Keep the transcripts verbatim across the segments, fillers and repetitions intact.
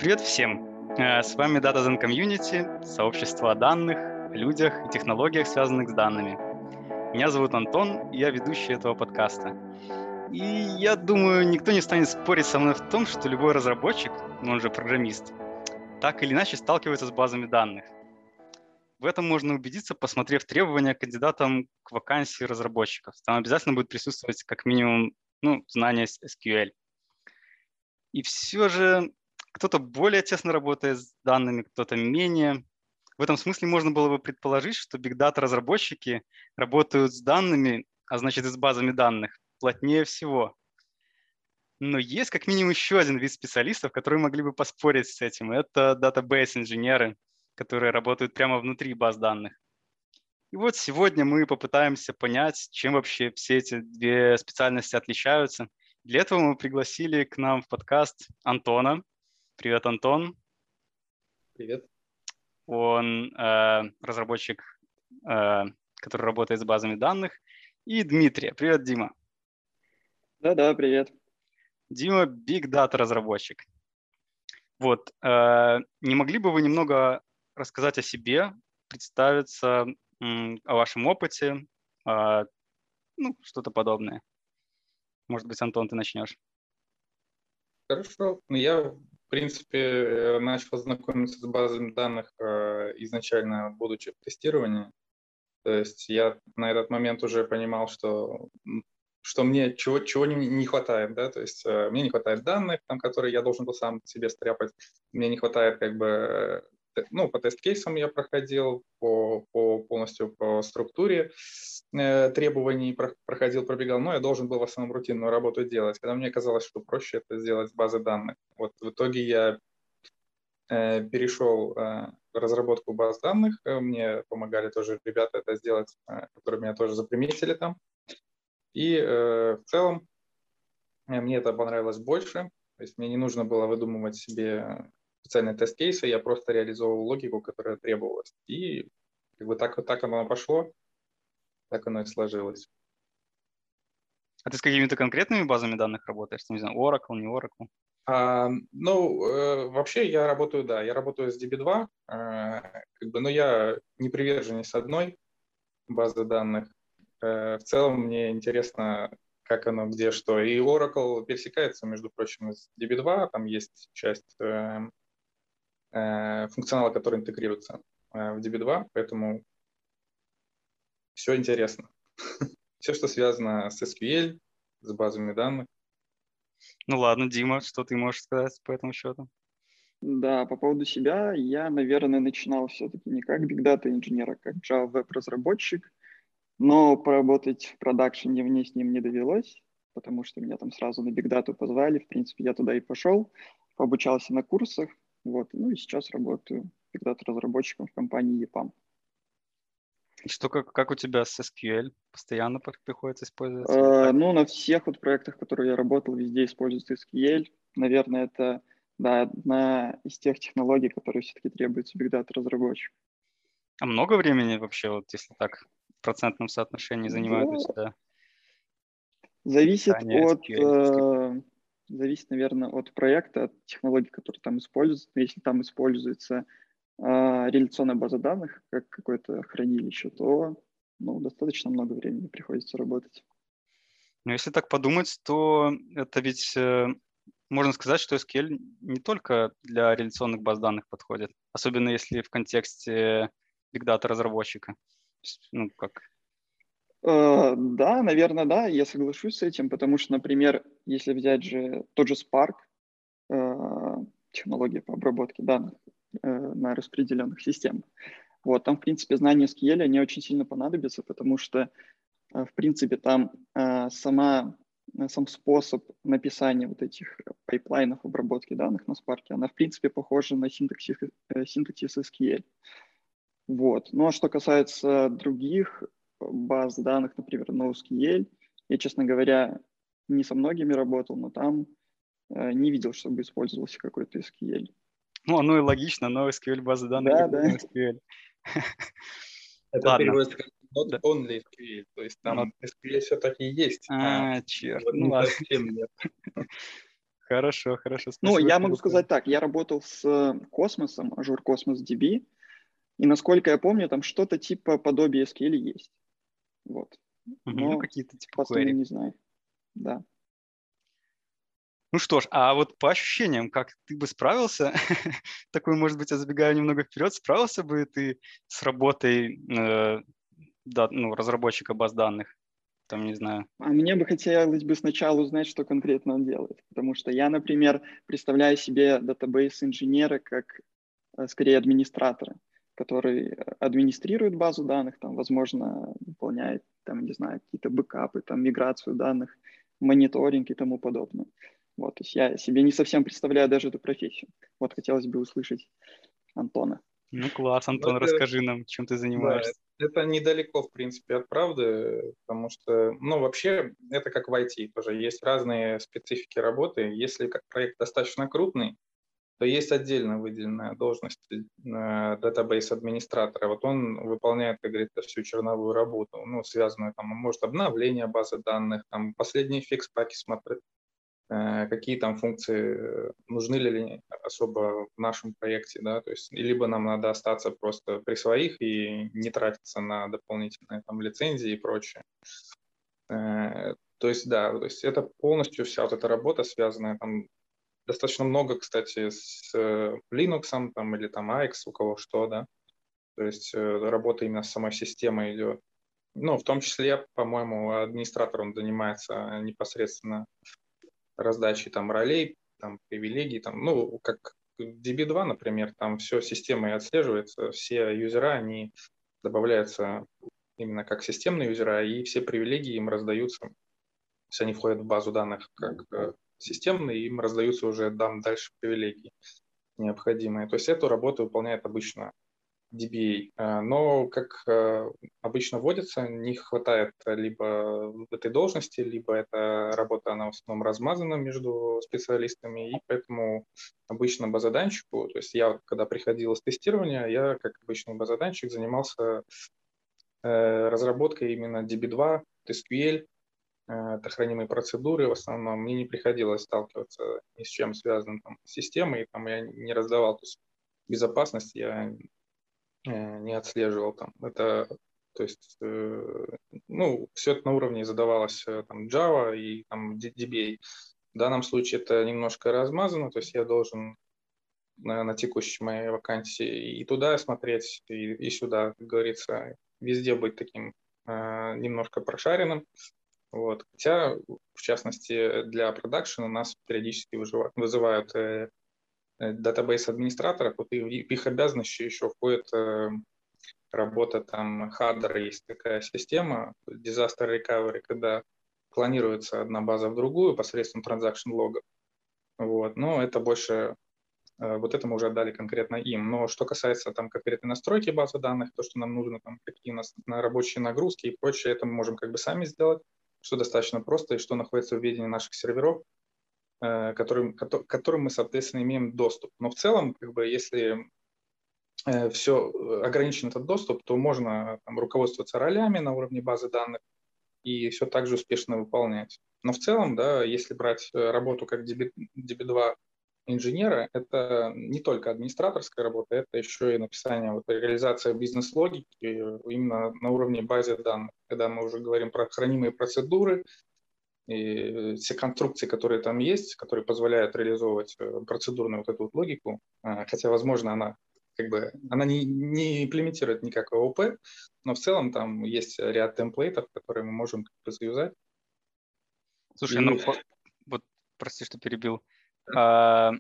Привет всем! Э, С вами DataZen Community, сообщество о данных, о людях и технологиях, связанных с данными. Меня зовут Антон, и я ведущий этого подкаста. И я думаю, никто не станет спорить со мной в том, что любой разработчик, ну он же программист, так или иначе сталкивается с базами данных. В этом можно убедиться, посмотрев требования к кандидатам к вакансии разработчиков. Там обязательно будет присутствовать как минимум ну, знание эс кью эль. И все же кто-то более тесно работает с данными, кто-то менее. В этом смысле можно было бы предположить, что бигдата-разработчики работают с данными, а значит и с базами данных, плотнее всего. Но есть как минимум еще один вид специалистов, которые могли бы поспорить с этим. Это датабейс-инженеры, которые работают прямо внутри баз данных. И вот сегодня мы попытаемся понять, чем вообще все эти две специальности отличаются. Для этого мы пригласили к нам в подкаст Антона. Привет, Антон. Привет. Он э, разработчик, э, который работает с базами данных. И Дмитрия. Привет, Дима. Да-да, привет. Дима – Big Data разработчик. Вот. Э, не могли бы вы немного рассказать о себе, представиться, м, о вашем опыте, э, ну, что-то подобное? Может быть, Антон, ты начнешь? Хорошо. Ну, я, в принципе, э, начал знакомиться с базами данных э, изначально, будучи в тестировании. То есть я на этот момент уже понимал, что, м, что мне чего, чего не, не хватает. Да? То есть э, мне не хватает данных, там, которые я должен был сам себе стряпать. Мне не хватает как бы... э, Ну, по тест-кейсам я проходил, по, по полностью по структуре э, требований про, проходил, пробегал, но я должен был в основном рутинную работу делать, когда мне казалось, что проще это сделать с базы данных. Вот в итоге я э, перешел э, в разработку баз данных, э, мне помогали тоже ребята это сделать, э, которые меня тоже заприметили там. И э, в целом э, мне это понравилось больше, то есть мне не нужно было выдумывать себе специальные тест-кейсы, я просто реализовывал логику, которая требовалась. И как бы так, так оно пошло, так оно и сложилось. А ты с какими-то конкретными базами данных работаешь? Не знаю, Oracle, не Oracle? А, ну, э, вообще я работаю, да, я работаю с ди би два, э, как бы, но я не приверженец одной базы данных. Э, в целом мне интересно, как оно, где, что. И Oracle пересекается, между прочим, с ди би два, там есть часть э, э, функционала, который интегрируется э, в ди би два, поэтому все интересно. Все, что связано с эс кью эль, с базами данных. Ну ладно, Дима, что ты можешь сказать по этому счету? Да, по поводу себя, я, наверное, начинал все-таки не как Big Data инженер, а как Java веб-разработчик, но поработать в продакшене мне с ним не довелось, потому что меня там сразу на Big Data позвали, в принципе, я туда и пошел, пообучался на курсах, вот, ну и сейчас работаю Big Data разработчиком в компании и пам. И что, как, как у тебя с эс кью эль? Постоянно при- приходится использовать? или Э, так? ну, на всех вот проектах, в которых я работал, везде используется эс кью эль. Наверное, это, да, одна из тех технологий, которые все-таки требуются Big Data разработчику. А много времени вообще, вот если так в процентном соотношении занимает у Да, тебя зависит написание от, эс кью эль? э, зависит, наверное, от проекта, от технологий, которые там используются. Но если там используется э, реляционная база данных, как какое-то хранилище, то ну, достаточно много времени приходится работать. Но если так подумать, то это ведь э, можно сказать, что эс кью эль не только для реляционных баз данных подходит, особенно если в контексте Big Data разработчика. То есть, ну, как... Э, да, наверное, да, я соглашусь с этим, потому что, например, если взять же тот же Spark, э, технология по обработке данных э, на распределенных системах, вот, там, в принципе, знания эс кью эль, они очень сильно понадобятся, потому что э, в принципе, там э, сама, э, сам способ написания вот этих пайплайнов обработки данных на Spark, она, в принципе, похожа на синтаксис, э, синтаксис эс кью эль. Вот. Ну, а что касается других баз данных, например, NoSQL, я, честно говоря, не со многими работал, но там э, не видел, чтобы использовался какой-то эс кью эль. Ну, оно и логично, но эс кью эль базы данных Да, это да. эс кью эль. Это Ладно. переводится как not Да. only эс кью эль, то есть Но- там эс кью эль все-таки есть, а А, черт. вот Ну не ладно. совсем нет. Хорошо, хорошо, Ну, спасибо. я могу сказать так, я работал с космосом, Azure Cosmos ди би, и насколько я помню, там что-то типа подобия эс кью эль есть. Вот. Мгм, ну, Но какие-то типа по остальным query. не знаю. Да. Ну что ж, а вот по ощущениям, как ты бы справился, такой, может быть, я забегаю немного вперед, справился бы ты с работой э, да, ну, разработчика баз данных? Там, не знаю. А мне бы хотелось бы сначала узнать, что конкретно он делает. Потому что я, например, представляю себе датабейс-инженера как э, скорее администратора, который администрирует базу данных, там, возможно, выполняет, там, не знаю, какие-то бэкапы, там, миграцию данных, мониторинг и тому подобное. Вот, то есть я себе не совсем представляю даже эту профессию. Вот хотелось бы услышать Антона. Ну класс, Ну, Антон, это, расскажи нам, чем ты да, занимаешься. это недалеко, в принципе, от правды, потому что, ну, вообще, это как в ай ти тоже. Есть разные специфики работы. Если как проект достаточно крупный, то есть отдельно выделенная должность датабейс-администратора. Вот он выполняет, как говорится, всю черновую работу, ну, связанную, там, может, обновление базы данных, там, последние фикс-паки смотрит, э, какие там функции нужны ли особо в нашем проекте, да, то есть либо нам надо остаться просто при своих и не тратиться на дополнительные там лицензии и прочее. Э, то есть, да, то есть это полностью вся вот эта работа, связанная там достаточно много, кстати, с э, Linux там, или там эй икс, у кого что, да, то есть э, работа именно с самой системой идет. Ну, в том числе, по-моему, администратор, он занимается непосредственно раздачей там ролей, там привилегий, там, ну, как ди би два, например, там все системой отслеживается, все юзера, они добавляются именно как системные юзера, и все привилегии им раздаются, то есть они входят в базу данных как э, системные, им раздаются уже дам дальше привилегии необходимые. То есть эту работу выполняет обычно ди би эй. А, Но, как э, обычно вводится, не хватает либо этой должности, либо эта работа, она в основном размазана между специалистами, и поэтому обычно базоданщику, то есть я, вот, когда приходил с тестирования, я, как обычный базоданщик, занимался э, разработкой именно ди би два, эс кью эль, э, это хранимые процедуры. В основном мне не приходилось сталкиваться ни с чем связанным там, с системой, там я не раздавал, то есть безопасность я не отслеживал там. Это, то есть, э, ну, все это на уровне задавалось э, там Java и там ди би эй. В данном случае это немножко размазано, то есть я должен на, на текущей моей вакансии и туда смотреть, и, и сюда, как говорится, везде быть таким э, немножко прошаренным. Вот. Хотя, в частности, для продакшена нас периодически вызывают, вызывают э, датабейс-администраторов, вот и в их обязанности еще входит э, работа там Хадра, есть такая система, Disaster Recovery, когда клонируется одна база в другую посредством транзакшн логов. Вот. Но это больше, вот это мы уже отдали конкретно им. Но что касается там конкретной настройки базы данных, то, что нам нужно, там, какие у нас на рабочие нагрузки и прочее, это мы можем как бы сами сделать, что достаточно просто и что находится в ведении наших серверов, которым, к которым мы, соответственно, имеем доступ. Но в целом, как бы, если все ограничен этот доступ, то можно там, руководствоваться ролями на уровне базы данных и все так же успешно выполнять. Но в целом, да, если брать работу как ди би два инженера, это не только администраторская работа, это еще и написание, вот, реализация бизнес-логики именно на уровне базы данных. Когда мы уже говорим про хранимые процедуры, и все конструкции, которые там есть, которые позволяют реализовывать процедурную вот эту вот логику, хотя, возможно, она как бы она не, не имплементирует никак о о пи, но в целом там есть ряд темплейтов, которые мы можем как бы заюзать. Слушай, ну И... по, вот прости, что перебил. А,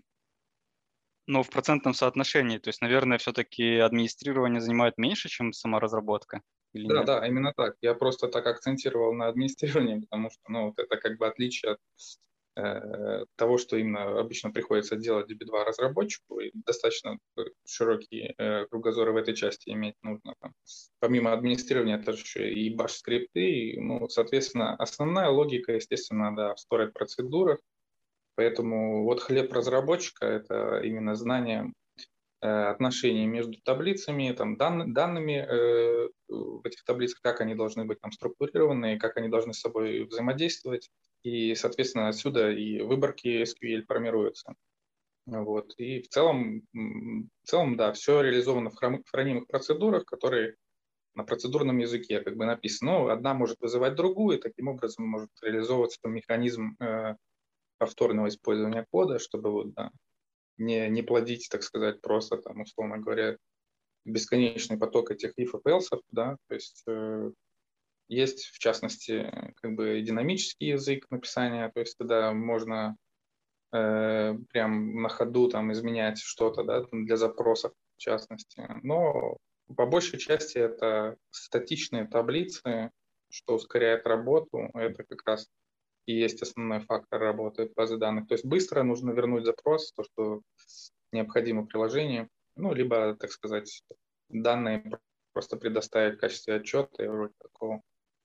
но в процентном соотношении, то есть, наверное, все-таки администрирование занимает меньше, чем сама разработка, или Да, нет? да, именно так. Я просто так акцентировал на администрировании, потому что, ну, вот это как бы отличие от э, того, что именно обычно приходится делать ди би два разработчику, и достаточно широкий э, кругозор в этой части иметь нужно. Там. Помимо администрирования, это же еще и баш-скрипты, и, ну, соответственно, основная логика, естественно, да, в storage-процедурах, поэтому вот хлеб разработчика – это именно знание отношений между таблицами, там, дан, данными э, в этих таблицах, как они должны быть там структурированы, как они должны с собой взаимодействовать, И, соответственно, отсюда и выборки эс кью эль формируются. Вот. И в целом, в целом, да, все реализовано в хранимых процедурах, которые на процедурном языке как бы написано. Ну, одна может вызывать другую, и таким образом может реализовываться механизм э, повторного использования кода, чтобы вот, да, не, не плодить, так сказать, просто там, условно говоря, бесконечный поток этих if и else, да, то есть э, есть, в частности, как бы динамический язык написания, то есть тогда можно э, прям на ходу там изменять что-то, да, для запросов в частности. Но по большей части это статичные таблицы, что ускоряет работу. Это как раз и есть основной фактор работы базы данных. То есть быстро нужно вернуть запрос, то, что необходимо приложению, ну, либо, так сказать, данные просто предоставить в качестве отчета и вроде такого.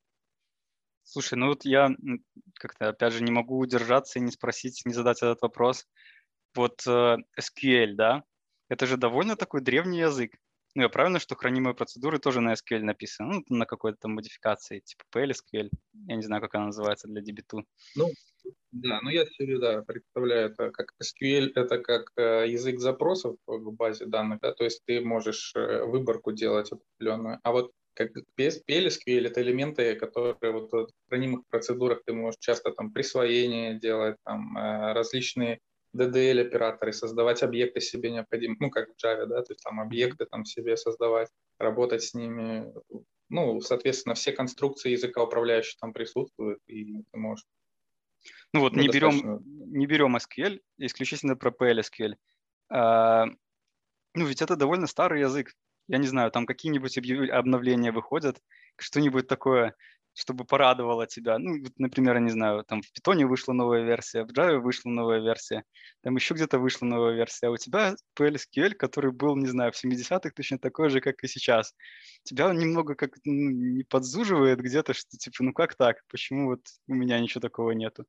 Слушай, ну вот я как-то, опять же, не могу удержаться и не спросить, не задать этот вопрос. Вот э, эс кью эль, да, это же довольно такой древний язык. Ну, я правильно, что хранимые процедуры тоже на эс кью эль написаны, ну, на какой-то там модификации, типа пи эл эс кью эль. Я не знаю, как она называется для ди би ту. Ну, да, ну я себе, да, представляю это как эс кью эль, это как э, язык запросов в базе данных, да, то есть ты можешь э, выборку делать определенную, а вот как пи эл эс кью эль это элементы, которые вот в хранимых процедурах ты можешь часто там присвоение делать, там э, различные ди ди эл-операторы, создавать объекты себе необходимо, ну, как в Java, да, то есть там объекты там себе создавать, работать с ними, ну, соответственно, все конструкции языка управляющие там присутствуют, и ты можешь Ну вот ну, не берем, достаточно. не берем эс кью эль, исключительно про пи эл эс кью эль. А, ну ведь это довольно старый язык. Я не знаю, там какие-нибудь объяв- обновления выходят, что-нибудь такое, чтобы порадовало тебя. Ну, вот, например, я не знаю, там в Python вышла новая версия, в Java вышла новая версия, там еще где-то вышла новая версия, а у тебя пи эл эс кью эль, который был, не знаю, в семидесятых, точно такой же, как и сейчас. Тебя он немного как ну, не подзуживает где-то, что типа, ну как так? Почему вот у меня ничего такого нету?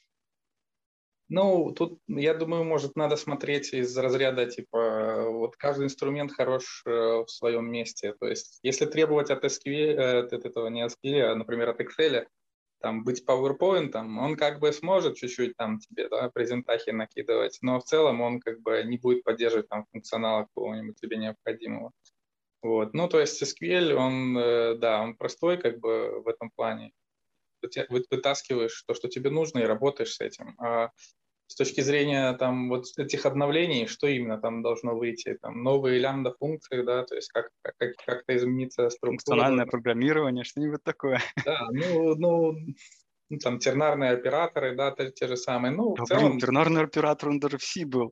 Ну, тут, я думаю, может, надо смотреть из разряда, типа, вот каждый инструмент хорош э, в своем месте. То есть, если требовать от эс кью эль, э, от этого не эс кью эль, а, например, от Excel, там, быть PowerPoint, там, он как бы сможет чуть-чуть там тебе, да, презентахи накидывать, но в целом он как бы не будет поддерживать там функционала какого-нибудь тебе необходимого. Вот. Ну, то есть эс кью эль, он, э, да, он простой как бы в этом плане. Вы- Вытаскиваешь то, что тебе нужно, и работаешь с этим. А с точки зрения там вот этих обновлений, что именно там должно выйти? Там новые лямбда-функции, да, то есть как, как, как-то измениться структура Функциональное должна. программирование, что-нибудь такое. Да, ну, ну, ну, там тернарные операторы, да, те, те же самые. Ну, в Да, блин, целом, тернарный оператор, он даже в C был.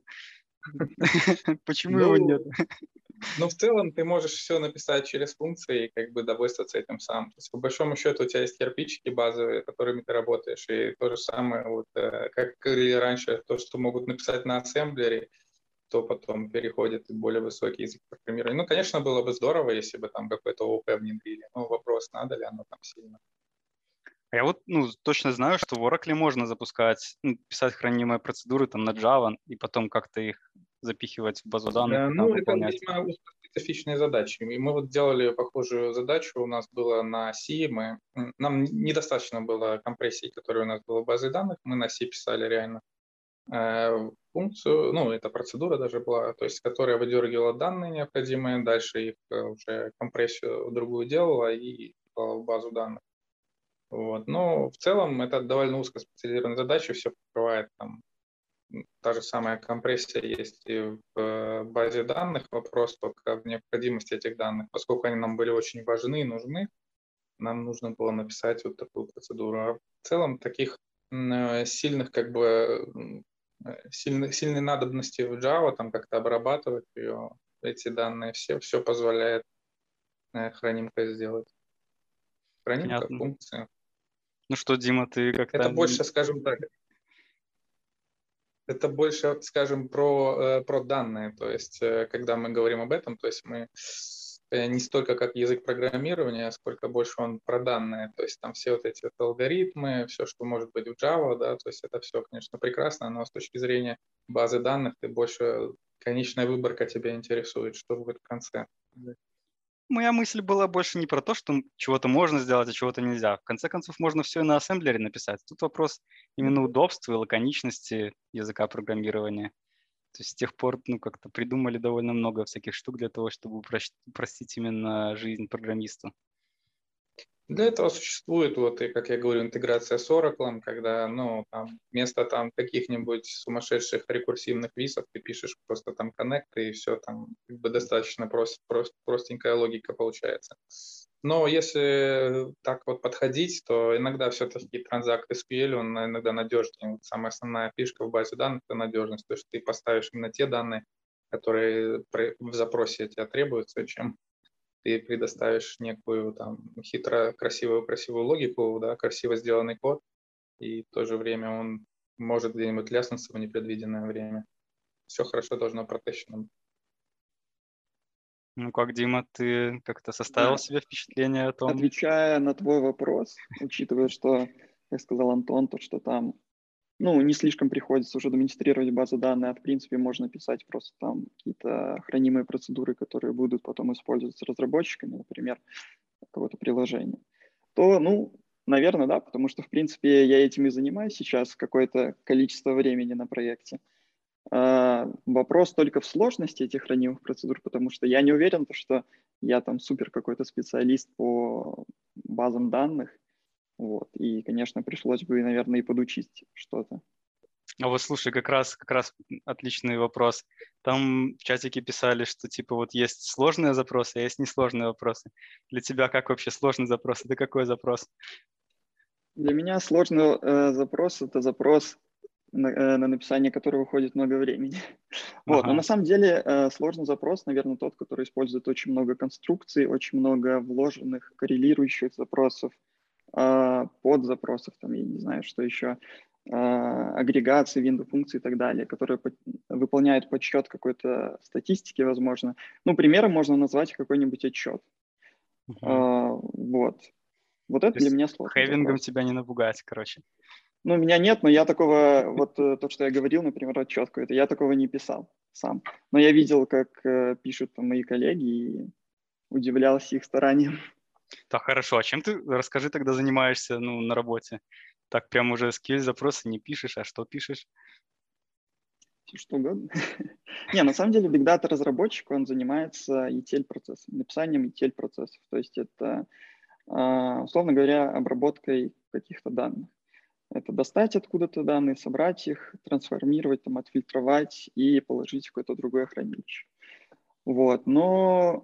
Почему его нет? ну, ну, в целом ты можешь все написать через функции и как бы довольствоваться этим сам. То есть, по большому счету, у тебя есть кирпичики базовые, которыми ты работаешь, и то же самое, вот, э, как говорили раньше, то, что могут написать на ассемблере, то потом переходит в более высокий язык программирования. Ну, конечно, было бы здорово, если бы там какой-то ООП внедрили. Но вопрос, надо ли оно там сильно. А я вот ну, точно знаю, что в Oracle можно запускать, ну, писать хранимые процедуры там на Java и потом как-то их запихивать в базу данных Э, и там Ну, это выполнять. весьма узкоспецифичные задачи. И мы вот делали похожую задачу, у нас было на C, мы, м, нам недостаточно было компрессии, которая у нас была в базе данных, мы на C писали реально э, функцию, ну, эта процедура даже была, то есть, которая выдергивала данные необходимые, дальше их э, уже компрессию другую делала и клала в базу данных. Вот. Но в целом это довольно узкоспециализированная задача, все покрывает там та же самая компрессия есть и в э, базе данных. Вопрос только в необходимости этих данных. Поскольку они нам были очень важны и нужны, нам нужно было написать вот такую процедуру. А в целом таких э, сильных, как бы, э, сильных, сильной надобности в Java, там как-то обрабатывать ее, эти данные, все, все позволяет э, хранимка сделать. Хранимка, Понятно. функция. Ну что, Дима, ты Это как-то... больше, скажем так, это больше, скажем, про, э, про данные. То есть, э, когда мы говорим об этом, то есть мы э, не столько как язык программирования, сколько больше он про данные. То есть там все вот эти вот алгоритмы, все, что может быть в Java, да, то есть это все, конечно, прекрасно, но с точки зрения базы данных ты больше конечная выборка тебя интересует, что будет в конце. Моя мысль была больше не про то, что чего-то можно сделать, а чего-то нельзя. В конце концов, можно все и на ассемблере написать. Тут вопрос именно удобства и лаконичности языка программирования. То есть с тех пор ну, как-то придумали довольно много всяких штук для того, чтобы упрощ- упростить именно жизнь программисту. Для этого существует, вот, и, как я говорю, интеграция с Oracle, когда, ну, там, вместо там каких-нибудь сумасшедших рекурсивных висов ты пишешь просто там коннекты, и все там как бы достаточно прост, прост, простенькая логика получается. Но если так вот подходить, то иногда все-таки Transact эс кью эль, он иногда надежнее. Вот самая основная фишка в базе данных – это надежность. То есть ты поставишь именно те данные, которые в запросе от тебя требуются, чем ты предоставишь некую там хитро красивую красивую логику, да, красиво сделанный код, и в то же время он может где-нибудь ляснуться в непредвиденное время. Все хорошо должно протещено быть. Ну как, Дима, ты как-то составил Да. себе впечатление о том? Отвечая на твой вопрос, учитывая, что, как сказал Антон, то, что там ну, не слишком приходится уже администрировать базы данных, а в принципе можно писать просто там какие-то хранимые процедуры, которые будут потом использоваться разработчиками, например, какого-то приложения, то, ну, наверное, да, потому что, в принципе, я этим и занимаюсь сейчас какое-то количество времени на проекте. А, вопрос только в сложности этих хранимых процедур, потому что я не уверен, что я там супер какой-то специалист по базам данных, вот, и, конечно, пришлось бы, наверное, и подучить что-то. А вот слушай, как раз, как раз отличный вопрос. Там в чатике писали, что типа вот есть сложные запросы, а есть несложные вопросы. Для тебя как вообще сложный запрос? Это какой запрос? Для меня сложный э, запрос – это запрос, на, э, на написание которого уходит много времени. Вот, но Ага. на самом деле э, сложный запрос, наверное, тот, который использует очень много конструкций, очень много вложенных коррелирующих запросов, э, подзапросов, там, я не знаю, что еще, э, агрегации, виндоу-функций и так далее, которые по- выполняют подсчет какой-то статистики, возможно. Ну, примером можно назвать какой-нибудь отчет. Угу. Э, вот. Вот это То для есть меня сложный хэвингом запрос. тебя не напугать, короче. Ну, у меня нет, но я такого, вот э, то, что я говорил, например, отчет какой-то, я такого не писал сам. Но я видел, как э, пишут там мои коллеги, и удивлялся их стараниям. Так, хорошо. А чем ты, расскажи, тогда занимаешься ну, на работе? Так прям уже эс кью эль-запросы не пишешь, а что пишешь? Всё что угодно. Не, на самом деле, Big Data разработчик, он занимается и ти эль-процессом, написанием и ти эль-процессов. То есть это, а, условно говоря, обработкой каких-то данных. Это достать откуда-то данные, собрать их, трансформировать, там, отфильтровать и положить в какое-то другое хранилище. Вот. Но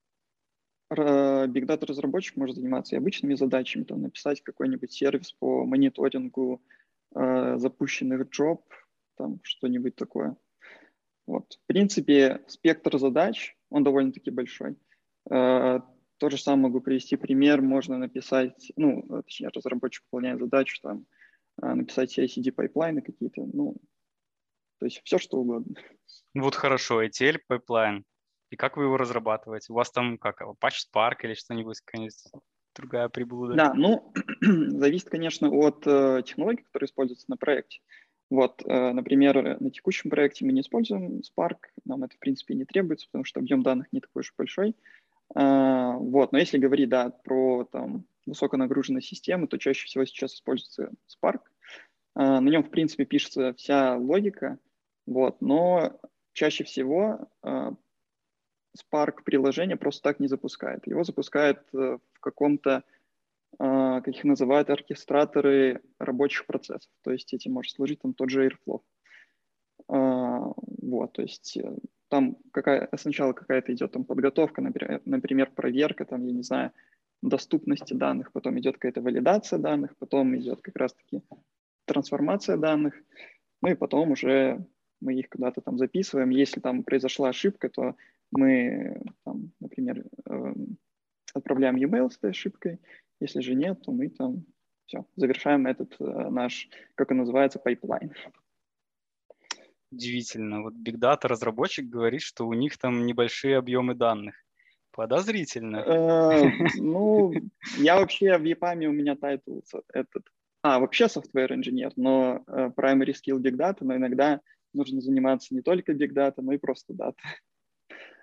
Big Data разработчик может заниматься и обычными задачами, там, написать какой-нибудь сервис по мониторингу э, запущенных джоб, там что-нибудь такое. Вот. В принципе, спектр задач, он довольно-таки большой. Э, то же самое могу привести пример, можно написать, ну, точнее, разработчик выполняет задачу, там, э, написать си ай си ди пайплайны какие-то, ну, то есть все, что угодно. Ну вот хорошо, и ти эль-пайплайн. И как вы его разрабатываете? У вас там как, Apache Spark или что-нибудь, какая-нибудь другая приблуда? Да, ну, зависит, конечно, от э, технологий, которые используются на проекте. Вот, э, например, на текущем проекте мы не используем Spark, нам это, в принципе, не требуется, потому что объем данных не такой уж большой. А, вот, но если говорить, да, про там высоконагруженные системы, то чаще всего сейчас используется Spark. А, на нем, в принципе, пишется вся логика, вот, но чаще всего а, Spark приложение просто так не запускает. Его запускает э, в каком-то, а, как их называют, оркестраторы рабочих процессов. То есть этим может служить там тот же Airflow. А, вот, то есть э, там какая, сначала какая-то идет там подготовка, например, например, проверка, там, я не знаю, доступности данных, потом идет какая-то валидация данных, потом идет как раз-таки трансформация данных, ну и потом уже мы их куда-то там записываем. Если там произошла ошибка, то мы, там, например, эм, отправляем e-mail с этой ошибкой. Если же нет, то мы там все, завершаем этот э, наш, как он называется, пайплайн. Удивительно. Вот Big Data разработчик говорит, что у них там небольшие объемы данных. Подозрительно. Э, Ну, я вообще в ЕПАМе, у меня тайтл этот, а, вообще software инженер, но э, primary skill Big Data, но иногда нужно заниматься не только Big Data, но и просто Data.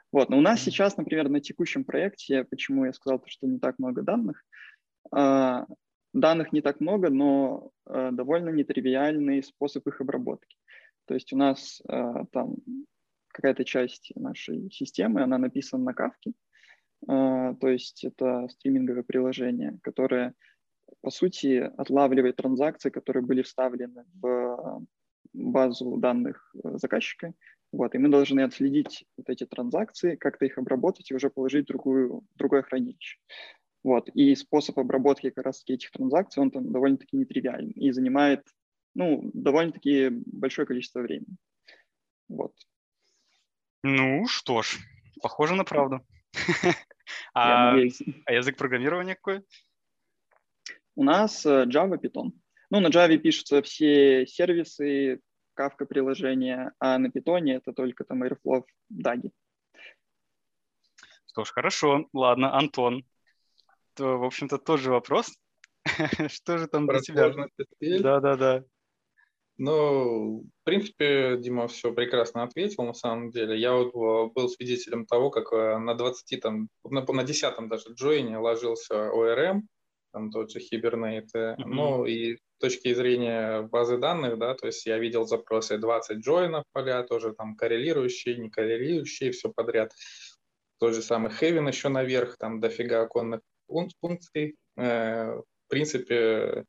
Вот. Но у нас сейчас, например, на текущем проекте, почему я сказал, что не так много данных, э, данных не так много, но э, довольно нетривиальный способ их обработки. То есть у нас э, там какая-то часть нашей системы, она написана на Kafka, э, то есть это стриминговое приложение, которое, по сути, отлавливает транзакции, которые были вставлены в базу данных заказчика. Вот, и мы должны отследить вот эти транзакции, как-то их обработать и уже положить в другую, другое хранилище. Вот, и способ обработки как раз-таки этих транзакций, он там довольно-таки нетривиальный и занимает, ну, довольно-таки большое количество времени. Вот. Ну, что ж, похоже на правду. Я А, надеюсь. а язык программирования какой? У нас Java, Python. Ну, на Java пишутся все сервисы, Kafka приложения, а на Python это только там Airflow, Dagi. Что ж, хорошо. Ладно, Антон. То, в общем-то, тот же вопрос. Что же там для Про тебя? сложность эс кью эль. Да-да-да. Ну, в принципе, Дима все прекрасно ответил, на самом деле. Я вот э, был свидетелем того, как э, на двадцати, там, на, на десятом даже джойне ложился о эр эм, там тот же Hibernate. э, Мгм. Ну, и с точки зрения базы данных, да, то есть я видел запросы двадцать джойнов поля, тоже там коррелирующие, не коррелирующие, все подряд. Тот же самый Heaven еще наверх, там дофига оконных фун- функций. Э, В принципе,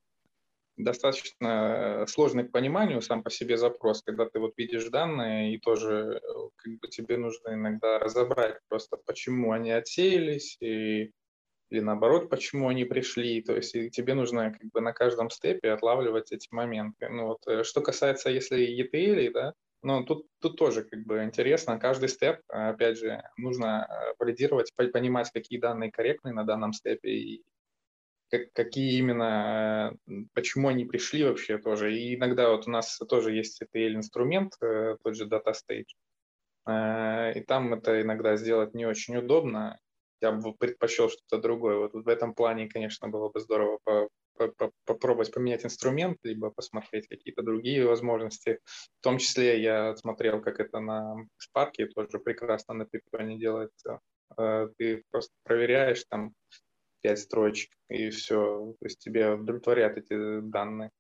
достаточно сложный к пониманию сам по себе запрос, когда ты вот видишь данные, и тоже э, как бы тебе нужно иногда разобрать просто, почему они отсеялись, и, или наоборот, почему они пришли. То есть и тебе нужно как бы на каждом степе отлавливать эти моменты. Ну вот, э, что касается, если и ти эл, да, ну, тут, тут тоже как бы интересно, каждый степ, опять же, нужно э, валидировать, по- понимать, какие данные корректны на данном степе, и как, какие именно, э, почему они пришли вообще тоже. И иногда вот у нас тоже есть си ти эл-инструмент, э, тот же Data Stage, э, и там это иногда сделать не очень удобно. Я бы предпочел что-то другое. Вот в этом плане, конечно, было бы здорово по, по, по, попробовать поменять инструмент, либо посмотреть какие-то другие возможности. В том числе я смотрел, как это на Spark тоже прекрасно на Python делается. Э, Ты просто проверяешь там пять строчек, и все. То есть тебе удовлетворяют эти данные.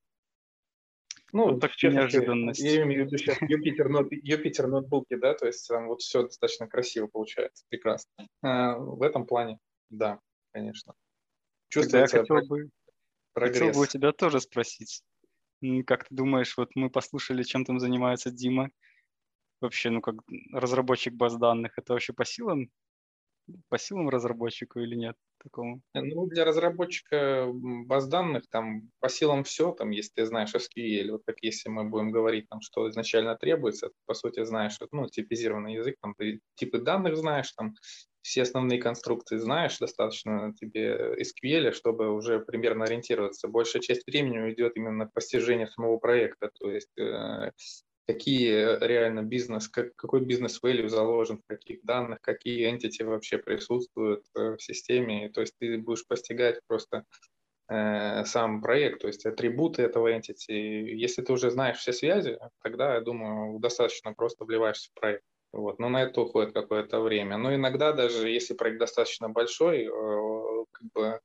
Ну, Вот в так частности, я неожиданность. имею в виду сейчас Юпитер, нот, Юпитер ноутбуки, да, то есть там вот все достаточно красиво получается, прекрасно. А, в этом плане, да, конечно. Тогда я Чувствуется хотел бы, хотел бы у прогресс. тебя тоже спросить. М, Как ты думаешь, вот мы послушали, чем там занимается Дима? Вообще, ну как разработчик баз данных, это вообще по силам, по силам разработчику или нет такому? Ну, для разработчика м, баз данных там по силам все, там, если ты знаешь эс кью эль, вот как если мы будем говорить, там, что изначально требуется, ты, по сути, знаешь, ну, типизированный язык, там, ты типы данных знаешь, там, все основные конструкции знаешь, достаточно тебе эс кью эль, чтобы уже примерно ориентироваться. Большая часть времени уйдет именно на постижение самого проекта, то есть э, какие реально бизнес, как, какой бизнес-value заложен в каких данных, какие entity вообще присутствуют э, в системе. То есть ты будешь постигать просто э, сам проект, то есть атрибуты этого entity. Если ты уже знаешь все связи, тогда, я думаю, достаточно просто вливаешься в проект. Вот. Но на это уходит какое-то время. Но иногда даже если проект достаточно большой, э, как бы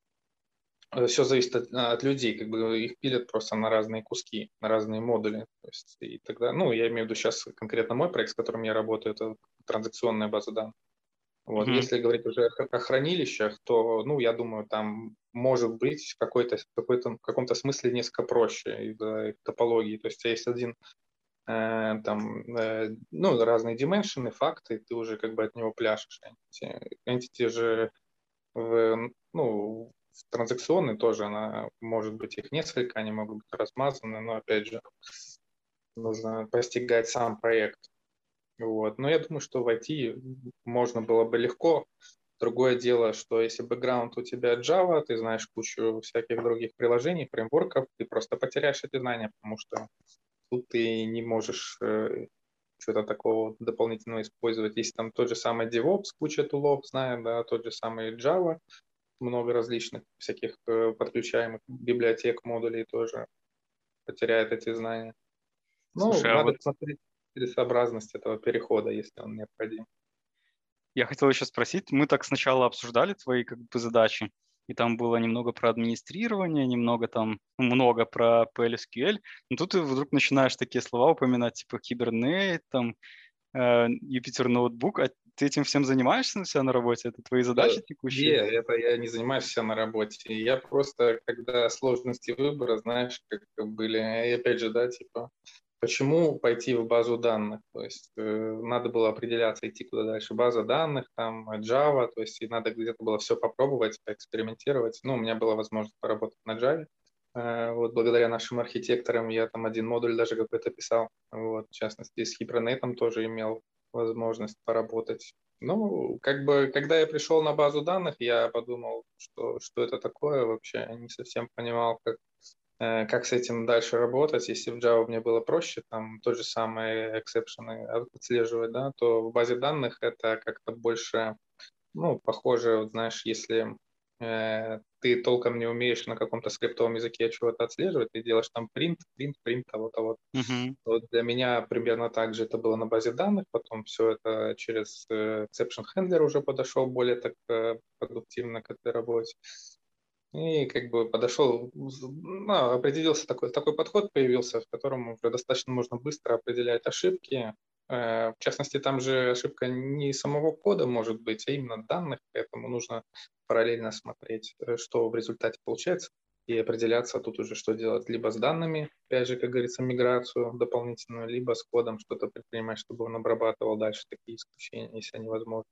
все зависит от, от людей, как бы их пилят просто на разные куски, на разные модули. То есть, и тогда, ну, я имею в виду сейчас конкретно мой проект, с которым я работаю, это транзакционная база данных. Вот. Мгм. Если говорить уже о, о хранилищах, то, ну, я думаю, там может быть в какой-то, какой-то, в каком-то смысле несколько проще из-за их топологии. То есть есть один э, там, э, ну, разные дименшены, факты, ты уже как бы от него пляшешь. Entity, entity же в, ну, в транзакционной тоже она может быть их несколько, они могут быть размазаны, но опять же нужно постигать сам проект. Вот. Но я думаю, что в ай ти можно было бы легко. Другое дело, что если бэкграунд у тебя Java, ты знаешь кучу всяких других приложений, фреймворков, ты просто потеряешь эти знания, потому что тут ты не можешь э, что-то такого дополнительного использовать. Есть там тот же самый DevOps, куча тулов, знаю, да, тот же самый Java, много различных всяких э, подключаемых библиотек, модулей тоже потеряет эти знания. Ну, Слушай, а надо вот смотреть целесообразность этого перехода, если он необходим. Я хотел еще спросить, мы так сначала обсуждали твои как бы задачи, и там было немного про администрирование, немного там, ну, много про пи эл эс кью эль, но тут ты вдруг начинаешь такие слова упоминать, типа Hibernate, там, э, Jupyter Notebook, а ты этим всем занимаешься на себя на работе? Это твои Э, задачи Не, текущие? это я не занимаюсь вся на работе. Я просто, когда сложности выбора, знаешь, как были, и опять же, да, типа, почему пойти в базу данных? То есть э, надо было определяться, идти куда дальше. База данных, там, Java, то есть и надо где-то было все попробовать, поэкспериментировать. Ну, у меня была возможность поработать на Java. Э, вот благодаря нашим архитекторам я там один модуль даже какой-то писал. Вот, в частности, с Hibernate тоже имел возможность поработать. Ну, как бы, когда я пришел на базу данных, я подумал, что, что это такое вообще. Я не совсем понимал, как, э, как с этим дальше работать. Если в Java мне было проще, там, тот же самый эксепшены отслеживать, да, то в базе данных это как-то больше, ну, похоже, вот, знаешь, если э, ты толком не умеешь на каком-то скриптовом языке чего-то отслеживать, ты делаешь там print, print, print, а вот, а вот. Мгм. Вот для меня примерно так же это было на базе данных, потом все это через э, exception handler уже подошел более так э, продуктивно к этой работе. И как бы подошел, ну, определился такой, такой подход появился, в котором уже достаточно можно быстро определять ошибки. Э, В частности, там же ошибка не самого кода может быть, а именно данных, поэтому нужно параллельно смотреть, э, что в результате получается, и определяться тут уже, что делать, либо с данными, опять же, как говорится, миграцию дополнительную, либо с кодом что-то предпринимать, чтобы он обрабатывал дальше такие исключения, если они возможны.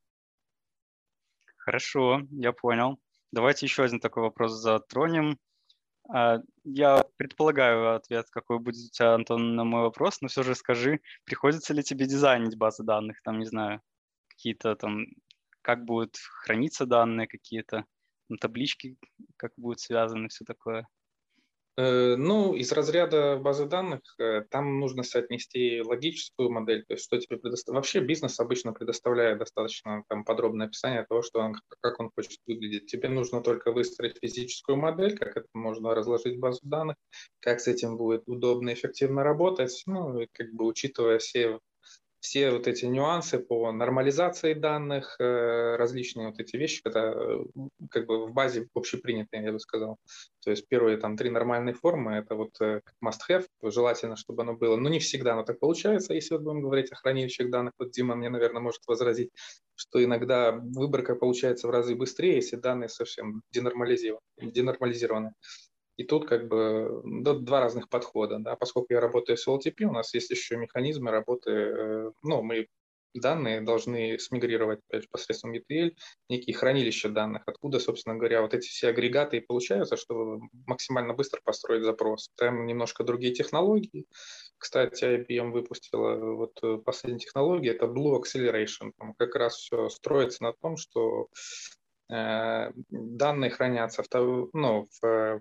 Хорошо, я понял. Давайте еще один такой вопрос затронем. А, Я предполагаю ответ, какой будет у тебя, Антон, на мой вопрос, но все же скажи, приходится ли тебе дизайнить базы данных, там, не знаю, какие-то там, как будут храниться данные, какие-то там, таблички, как будут связаны, все такое. Э, Ну, из разряда базы данных э, там нужно соотнести логическую модель, то есть что тебе предоставляет. Вообще бизнес обычно предоставляет достаточно там подробное описание того, что он, как он хочет выглядеть. Тебе нужно только выстроить физическую модель, как это можно разложить в базу данных, как с этим будет удобно и эффективно работать, ну, и как бы учитывая все все вот эти нюансы по нормализации данных, э, различные вот эти вещи, это э, как бы в базе общепринятые, я бы сказал. То есть первые там три нормальные формы, это вот э, must-have, желательно, чтобы оно было, но не всегда оно так получается, если вот будем говорить о хранилищах данных, вот Дима мне, наверное, может возразить, что иногда выборка получается в разы быстрее, если данные совсем денормализированы. денормализированы. И тут как бы да, два разных подхода. Да. Поскольку я работаю с эл ти пи, у нас есть еще механизмы работы. Э, ну, мы данные должны смигрировать опять же, посредством и ти эль, некие хранилища данных, откуда, собственно говоря, вот эти все агрегаты и получаются, чтобы максимально быстро построить запрос. Там немножко другие технологии. Кстати, ай би эм выпустила вот последнюю технологию, это Blue Acceleration. Там как раз все строится на том, что э, данные хранятся в, ну, в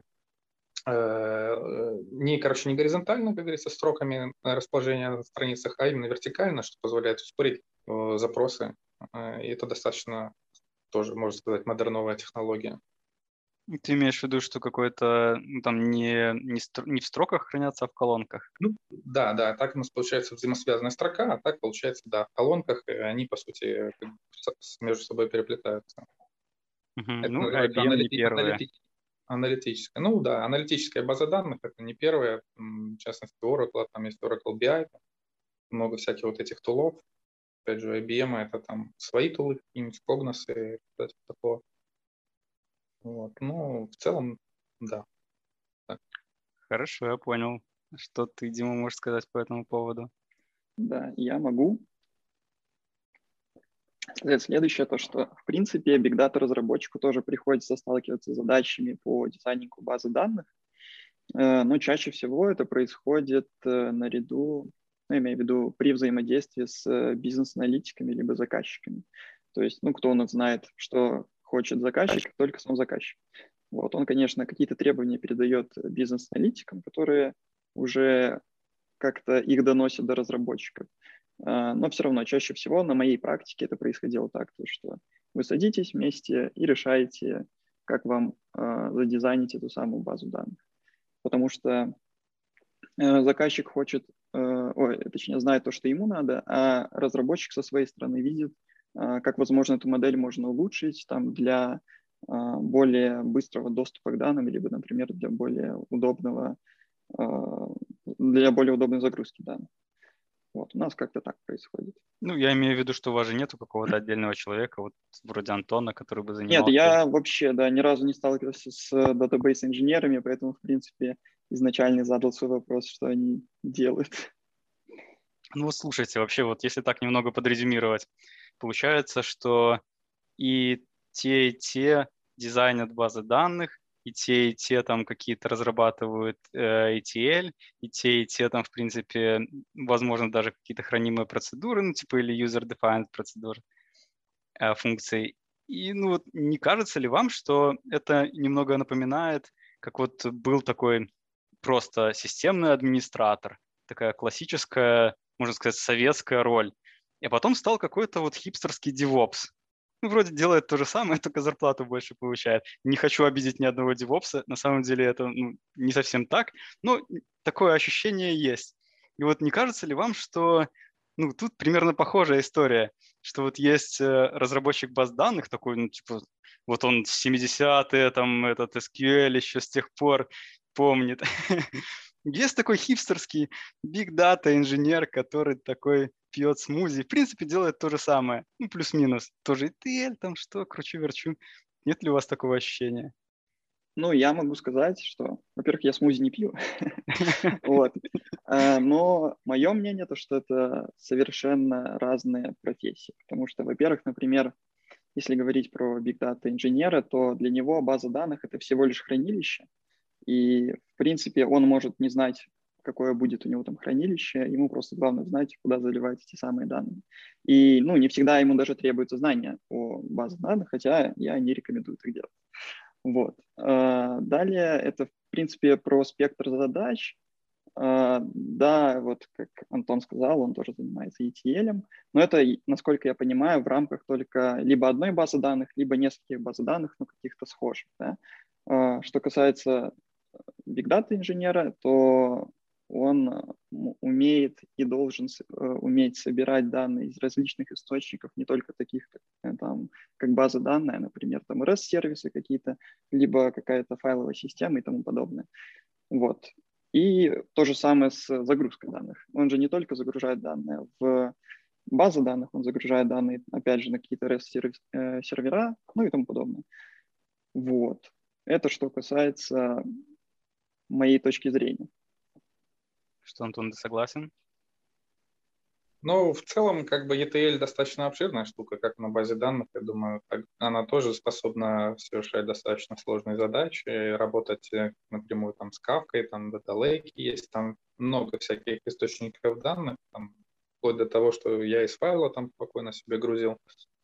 не, короче, не горизонтально, как говорится, строками расположения на страницах, а именно вертикально, что позволяет ускорить э, запросы. Э, и это достаточно тоже, можно сказать, модерновая технология. Ты имеешь в виду, что какой-то, ну, там не, не, стр- не в строках хранятся, а в колонках? Ну, да, да, так у нас получается взаимосвязанная строка, а так получается, да, в колонках, и они, по сути, как бы между собой переплетаются. Мгм. Это Ну, называется ай би эм не аналити- первые. аналити- аналитическая. Ну да, аналитическая база данных это не первая, в частности Oracle, там есть Oracle би ай, много всяких вот этих тулов. Опять же, ай би эм это там свои тулы, какие-нибудь Cognos и что-то такое. Вот. Ну, в целом, да. Так. Хорошо, я понял. Что ты, Дима, можешь сказать по этому поводу? Да, я могу сказать следующее, то что, в принципе, бигдата-разработчику тоже приходится сталкиваться с задачами по дизайнингу базы данных, э, но чаще всего это происходит э, наряду, ну, имею в виду при взаимодействии с э, бизнес-аналитиками либо заказчиками. То есть, ну, кто у нас знает, что хочет заказчик, только сам заказчик. Вот, он, конечно, какие-то требования передает бизнес-аналитикам, которые уже как-то их доносят до разработчиков. Но все равно чаще всего на моей практике это происходило так, то, что вы садитесь вместе и решаете, как вам задизайнить эту самую базу данных. Потому что заказчик хочет, ой, точнее, знает то, что ему надо, а разработчик со своей стороны видит как, возможно, эту модель можно улучшить там, для более быстрого доступа к данным, либо, например, для более удобного, для более удобной загрузки данных. Вот, у нас как-то так происходит. Ну, я имею в виду, что у вас же нету какого-то отдельного человека, вот вроде Антона, который бы Нет, занимался... я вообще, да, ни разу не сталкивался с датабейс-инженерами, поэтому, в принципе, изначально задал свой вопрос, что они делают. Ну, вот слушайте, вообще, вот если так немного подрезюмировать, получается, что и те, и те дизайнят базы данных, и те, и те там какие-то разрабатывают э, и ти эл, и те, и те там, в принципе, возможно, даже какие-то хранимые процедуры, ну, типа или user-defined процедуры, э, функции. И, ну, вот не кажется ли вам, что это немного напоминает, как вот был такой просто системный администратор, такая классическая, можно сказать, советская роль, и потом стал какой-то вот хипстерский DevOps. Ну, вроде делает то же самое, только зарплату больше получает. Не хочу обидеть ни одного девопса, на самом деле это ну, не совсем так, но такое ощущение есть. И вот не кажется ли вам, что ну, тут примерно похожая история, что вот есть э, разработчик баз данных такой, ну, типа, вот он в семидесятые, там, этот эс кью эль еще с тех пор помнит. Есть такой хипстерский big data инженер, который такой пьет смузи, в принципе, делает то же самое, ну, плюс-минус, тоже и ти эл, там что, кручу-верчу. Нет ли у вас такого ощущения? Ну, я могу сказать, что, во-первых, я смузи не пью, вот. Но мое мнение, то, что это совершенно разные профессии, потому что, во-первых, например, если говорить про big data инженера, то для него база данных — это всего лишь хранилище, и, в принципе, он может не знать, какое будет у него там хранилище, ему просто главное знать, куда заливать эти самые данные. И, ну, не всегда ему даже требуется знание о базах данных, хотя я не рекомендую так делать. Вот. Далее это, в принципе, про спектр задач. Да, вот как Антон сказал, он тоже занимается и ти эл, но это, насколько я понимаю, в рамках только либо одной базы данных, либо нескольких баз данных, но каких-то схожих. Да? Что касается big data инженера, то он умеет и должен уметь собирать данные из различных источников, не только таких, как, там, как база данных, например, там эр эс-сервисы какие-то, либо какая-то файловая система и тому подобное. Вот. И то же самое с загрузкой данных. Он же не только загружает данные в базы данных, он загружает данные, опять же, на какие-то эр эс-сервера, ну и тому подобное. Вот. Это что касается моей точки зрения. Что, Антон, ты согласен? Ну, в целом, как бы и ти эл достаточно обширная штука, как на базе данных. Я думаю, так, она тоже способна совершать достаточно сложные задачи, работать напрямую там с Kafka, там Data Lake есть, там много всяких источников данных, там, вплоть до того, что я из файла там спокойно себе грузил.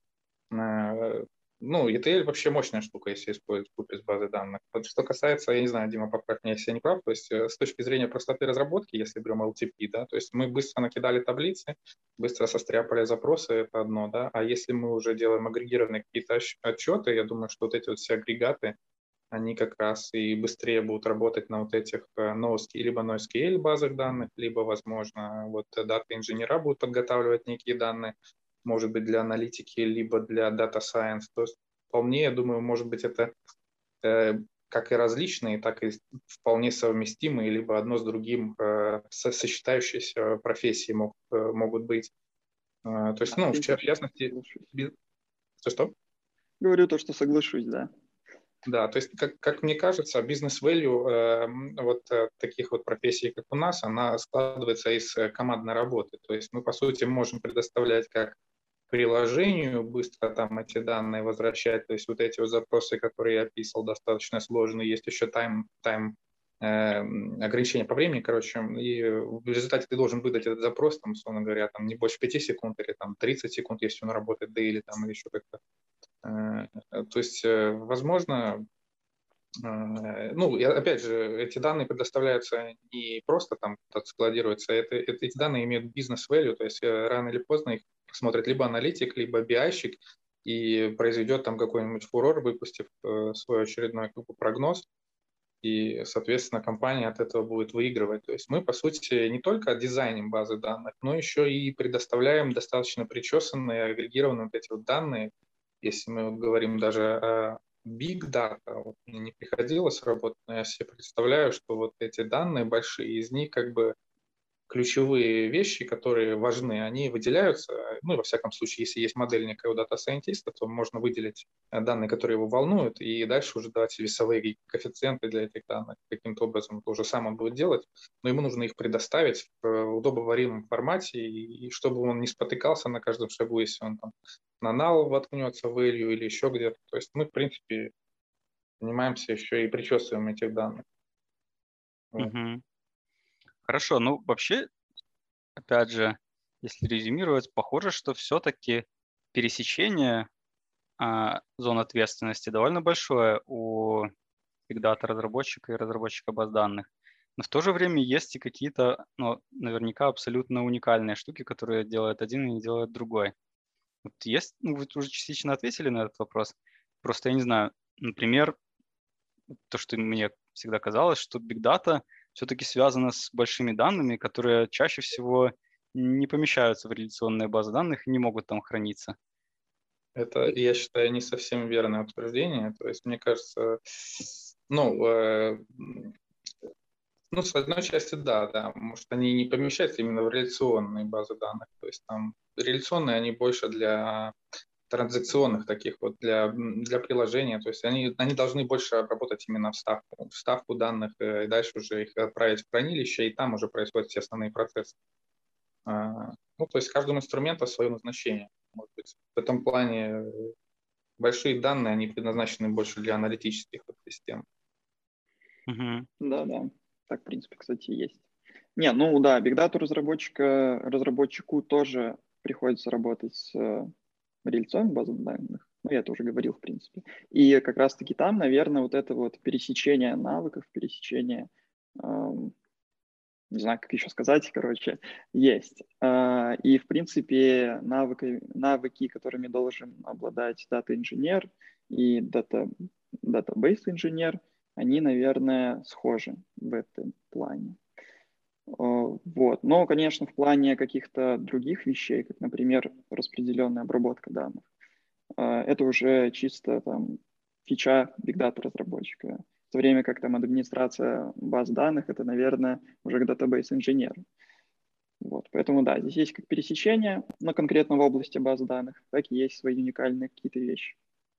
Ну, и ти эл вообще мощная штука, если использовать купе с базой данных. Вот что касается, я не знаю, Дима, поправь меня, если я не прав, то есть с точки зрения простоты разработки, если берем эл ти пи, да, то есть мы быстро накидали таблицы, быстро состряпали запросы, это одно, да, а если мы уже делаем агрегированные какие-то отчеты, я думаю, что вот эти вот все агрегаты, они как раз и быстрее будут работать на вот этих NoSQL, либо NoSQL базах данных, либо, возможно, вот дата-инженера будут подготавливать некие данные, может быть, для аналитики, либо для Data Science. То есть вполне, я думаю, может быть, это э, как и различные, так и вполне совместимые, либо одно с другим э, сочетающиеся профессии мог, э, могут быть. Э, то есть, ну, в частности... Что-что? Говорю то, что соглашусь, да. Да, то есть, как, как мне кажется, бизнес-value э, вот э, таких вот профессий, как у нас, она складывается из командной работы. То есть мы, по сути, можем предоставлять как приложению быстро там эти данные возвращать, то есть вот эти вот запросы, которые я описал, достаточно сложные, есть еще тайм, тайм э, ограничения по времени, короче, и в результате ты должен выдать этот запрос, там, условно говоря, там не больше пяти секунд или там тридцать секунд, если он работает, да, или там или еще как-то. Э, то есть, э, возможно, ну, и опять же, эти данные предоставляются не просто там складируются, это, это, эти данные имеют бизнес-value, то есть рано или поздно их посмотрит либо аналитик, либо би ай-щик и произведет там какой-нибудь фурор, выпустив э, свой очередной как бы, прогноз. и, соответственно, компания от этого будет выигрывать. То есть мы, по сути, не только дизайним базы данных, но еще и предоставляем достаточно причесанные, агрегированные вот эти вот данные. Если мы вот говорим даже о Big Data, вот мне не приходилось работать, но я себе представляю, что вот эти данные большие, из них как бы ключевые вещи, которые важны, они выделяются. Ну, во всяком случае, если есть модель некого дата-сайентиста, то можно выделить данные, которые его волнуют, и дальше уже давать весовые коэффициенты для этих данных. Каким-то образом то же самое он будет делать, но ему нужно их предоставить в удобоваримом формате, и чтобы он не спотыкался на каждом шагу, если он там на null воткнется, value или еще где-то. То есть мы, в принципе, занимаемся еще и причесываем этих данных. Вот. Мгм. Хорошо, ну вообще, опять же, если резюмировать, похоже, что все-таки пересечение а, зон ответственности довольно большое у Big Data разработчика и разработчика баз данных. Но в то же время есть и какие-то, ну, наверняка абсолютно уникальные штуки, которые делает один и не делает другой. Вот есть, ну, вы уже частично ответили на этот вопрос. Просто я не знаю, например, то, что мне всегда казалось, что Big Data все-таки связано с большими данными, которые чаще всего не помещаются в реляционные базы данных и не могут там храниться. Это, я считаю, не совсем верное утверждение. То есть, мне кажется, ну, э, ну, с одной части, да, да, может, они не помещаются именно в реляционные базы данных. То есть, там, реляционные, они больше для транзакционных таких вот, для, для приложения. То есть, они, они должны больше обработать именно вставку, вставку данных, и дальше уже их отправить в хранилище, и там уже происходят все основные процессы. А, ну, то есть, каждому инструменту свое назначение. Может быть, в этом плане большие данные, они предназначены больше для аналитических вот систем. Угу. Да-да, так, в принципе, кстати, есть. Не, ну да, Big Data разработчика, разработчику тоже приходится работать с э, реляционной базой данных. Ну, я это уже говорил, в принципе. И как раз-таки там, наверное, вот это вот пересечение навыков, пересечение, эм, не знаю, как еще сказать, короче, есть. А, и, в принципе, навыки, навыки, которыми должен обладать дата-инженер и дата, датабейс-инженер, они, наверное, схожи в этом плане. Вот. Но, конечно, в плане каких-то других вещей, как, например, распределенная обработка данных, это уже чисто там фича Big Data разработчика. В то время как там администрация баз данных, это, наверное, уже к датабейс-инженеру. Вот. Поэтому да, здесь есть как пересечение, но конкретно в области баз данных, так и есть свои уникальные какие-то вещи.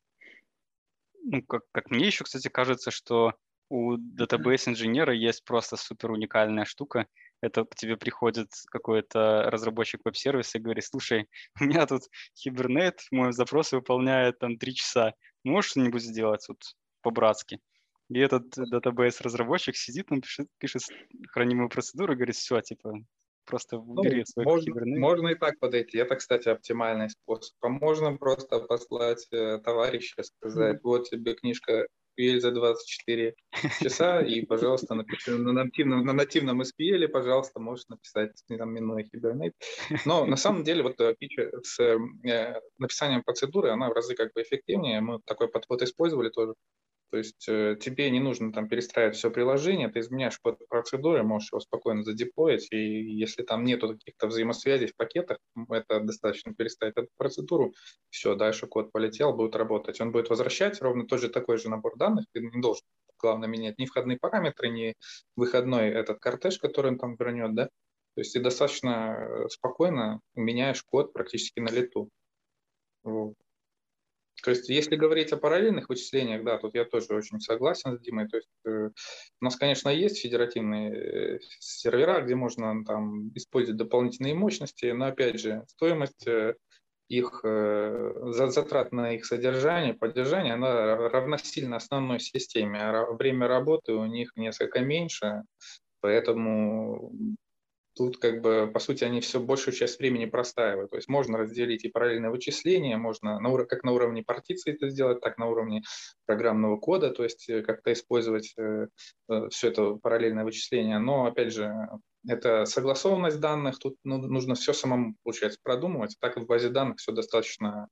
Ну, как, как мне еще, кстати, кажется, что у датабейс-инженера есть просто супер уникальная штука. Это к тебе приходит какой-то разработчик веб-сервиса и говорит: слушай, у меня тут Hibernate, мой запрос выполняет там три часа. Можешь что-нибудь сделать вот по-братски? И этот датабейс-разработчик сидит, там пишет, пишет хранимую процедуру и говорит: все, типа, просто убери Ну, свой можно, Hibernate. можно и так подойти. Это, кстати, оптимальный способ. А можно просто послать э, товарища, сказать: вот тебе книжка эс кью эль за двадцать четыре часа, и, пожалуйста, напиши на нативном, на нативном эс кью эль, пожалуйста, можешь написать, там, минуя Hibernate. Но на самом деле вот фича с э, написанием процедуры, она в разы как бы эффективнее. Мы такой подход использовали тоже. То есть э, тебе не нужно там перестраивать все приложение, ты изменяешь код процедуры, можешь его спокойно задеплоить, и если там нету каких-то взаимосвязей в пакетах, это достаточно переставить эту процедуру, все, дальше код полетел, будет работать. Он будет возвращать ровно тот же такой же набор данных, ты не должен, главное, менять ни входные параметры, ни выходной этот кортеж, который он там вернет, да. То есть ты достаточно спокойно меняешь код практически на лету. Вот. То есть, если говорить о параллельных вычислениях, да, тут я тоже очень согласен с Димой. То есть, э, у нас, конечно, есть федеративные э, сервера, где можно там использовать дополнительные мощности, но, опять же, стоимость э, их, э, затрат на их содержание, поддержание, она равносильна основной системе, а время работы у них несколько меньше, поэтому тут как бы, по сути, они все большую часть времени простаивают. То есть можно разделить и параллельное вычисление, можно на ур- как на уровне партиции это сделать, так на уровне программного кода, то есть э, как-то использовать э, э, все это параллельное вычисление. Но, опять же, это согласованность данных, тут ну, нужно все самому, получается, продумывать. Так в базе данных все достаточно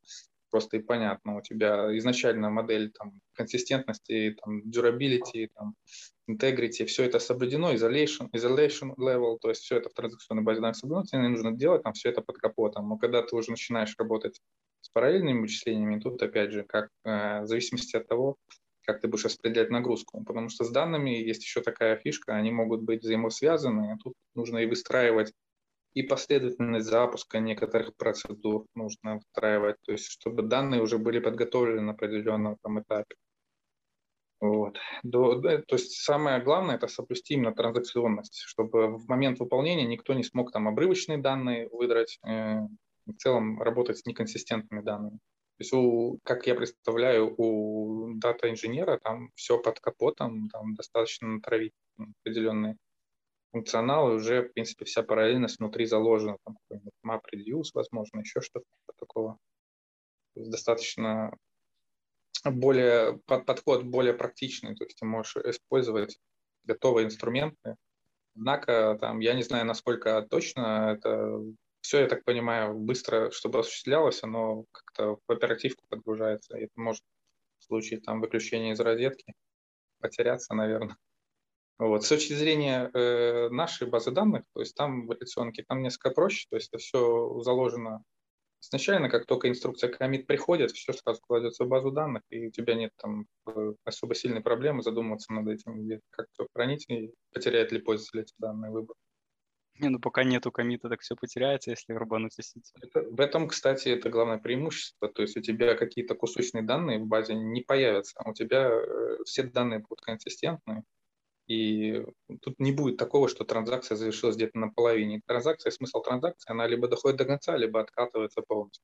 просто и понятно. У тебя изначально модель там консистентности, там durability, там integrity, все это соблюдено, isolation, isolation level, то есть все это в транзакционной базе данных соблюдено, тебе не нужно делать там все это под капотом. Но когда ты уже начинаешь работать с параллельными вычислениями, тут опять же, как э, в зависимости от того, как ты будешь распределять нагрузку. Потому что с данными есть еще такая фишка, они могут быть взаимосвязаны, а тут нужно и выстраивать и последовательность запуска некоторых процедур нужно встраивать, то есть чтобы данные уже были подготовлены на определенном там этапе. Вот. До, да, то есть самое главное это соблюсти именно транзакционность, чтобы в момент выполнения никто не смог там обрывочные данные выдрать, э, в целом работать с неконсистентными данными. То есть, у, как я представляю, у дата-инженера там все под капотом, там достаточно натравить определенные функционал, и уже, в принципе, вся параллельность внутри заложена. Там какой-нибудь map-reduce, возможно, еще что-то такого. То есть достаточно более, под, подход более практичный, то есть ты можешь использовать готовые инструменты. Однако, там, я не знаю, насколько точно это все, я так понимаю, быстро, чтобы осуществлялось, оно как-то в оперативку подгружается, и это может в случае там выключения из розетки потеряться, наверное. Вот. С точки зрения э, нашей базы данных, то есть там в операционке там несколько проще, то есть это все заложено изначально, как только инструкция commit приходит, все сразу кладется в базу данных, и у тебя нет там э, особо сильной проблемы задумываться над этим, где как все хранить, и потеряет ли пользователь эти данные выбор. Не, ну пока нету комита, так все потеряется, если рубануть из сети. Это, в этом, кстати, это главное преимущество, то есть у тебя какие-то кусочные данные в базе не появятся, а у тебя э, все данные будут консистентные. И тут не будет такого, что транзакция завершилась где-то на половине. Транзакция, смысл транзакции, она либо доходит до конца, либо откатывается полностью.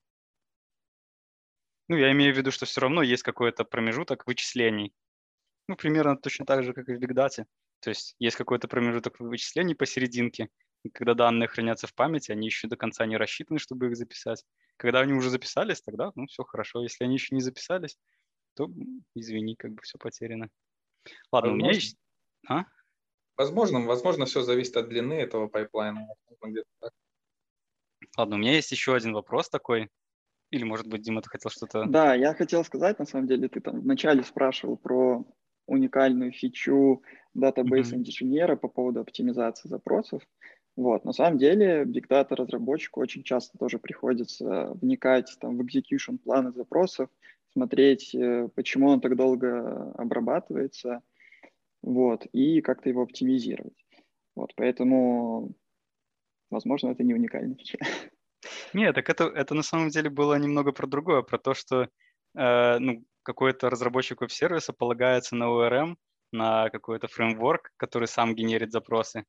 Ну, я имею в виду, что все равно есть какой-то промежуток вычислений. Ну, примерно точно так же, как и в Big Data. То есть есть какой-то промежуток вычислений посерединке. И когда данные хранятся в памяти, они еще до конца не рассчитаны, чтобы их записать. Когда они уже записались, тогда, ну, все хорошо. Если они еще не записались, то, извини, как бы все потеряно. Ладно, у меня Возможно, есть... А? возможно, возможно, все зависит от длины этого пайплайна. Где-то так. Ладно, у меня есть еще один вопрос такой. Или, может быть, Дима, ты хотел что-то... Да, я хотел сказать, на самом деле, ты там вначале спрашивал про уникальную фичу датабейс-инженера по поводу оптимизации запросов. Вот, на самом деле, Big Data разработчику очень часто тоже приходится вникать там, в execution планы запросов, смотреть, э, почему он так долго обрабатывается, вот, и как-то его оптимизировать. Вот, поэтому, возможно, это не уникальная фича. Нет, так это, это на самом деле было немного про другое, про то, что э, ну, какой-то разработчик веб-сервиса полагается на о эр эм, на какой-то фреймворк, который сам генерит запросы.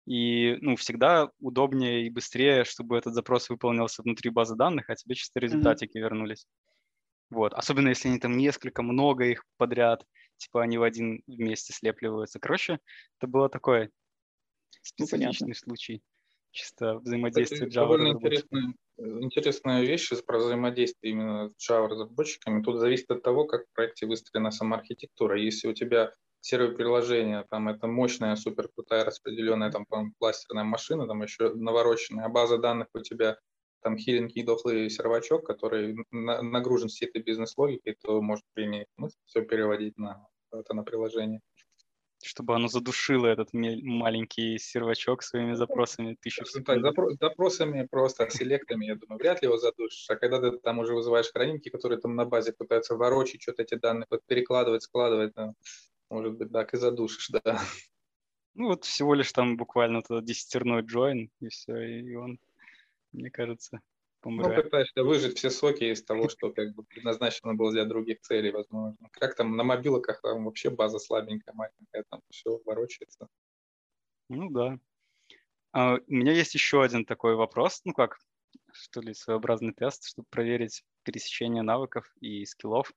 И ну, всегда удобнее и быстрее, чтобы этот запрос выполнился внутри базы данных, а тебе чисто результатики mm-hmm. вернулись. Вот. Особенно если они там несколько, много их подряд, типа они в один вместе слепливаются. Короче, это было такой специфичный ну, случай. Чисто взаимодействие Java довольно интересная, интересная вещь про взаимодействие именно с Java разработчиками. Тут зависит от того, как в проекте выстроена сама архитектура. Если у тебя сервер приложения, там это мощная, супер крутая распределенная там кластерная машина, там еще навороченная, а база данных у тебя там хиленький дохлый сервачок, который на, нагружен всей этой бизнес-логикой, то может иметь смысл все переводить на это на приложение. Чтобы оно задушило этот маленький сервачок своими запросами тысячу в секунду. Так, запро- запросами просто, селектами, я думаю, вряд ли его задушишь. А когда ты там уже вызываешь хранилки, которые там на базе пытаются ворочить, что-то эти данные вот перекладывать, складывать, ну, может быть, так и задушишь, да. Ну вот всего лишь там буквально вот десятерной join, и все, и он, мне кажется, помрет. Ну, пытаешься выжать все соки из того, что как бы предназначено было для других целей, возможно. Как там на мобилках, там вообще база слабенькая, маленькая, там все ворочается. Ну да. А, у меня есть еще один такой вопрос, ну как, что ли, своеобразный тест, чтобы проверить пересечение навыков и скиллов.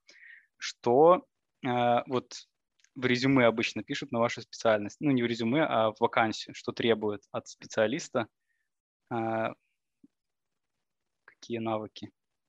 Что э, вот в резюме обычно пишут на вашу специальность, ну не в резюме, а в вакансию, что требует от специалиста, э, какие навыки?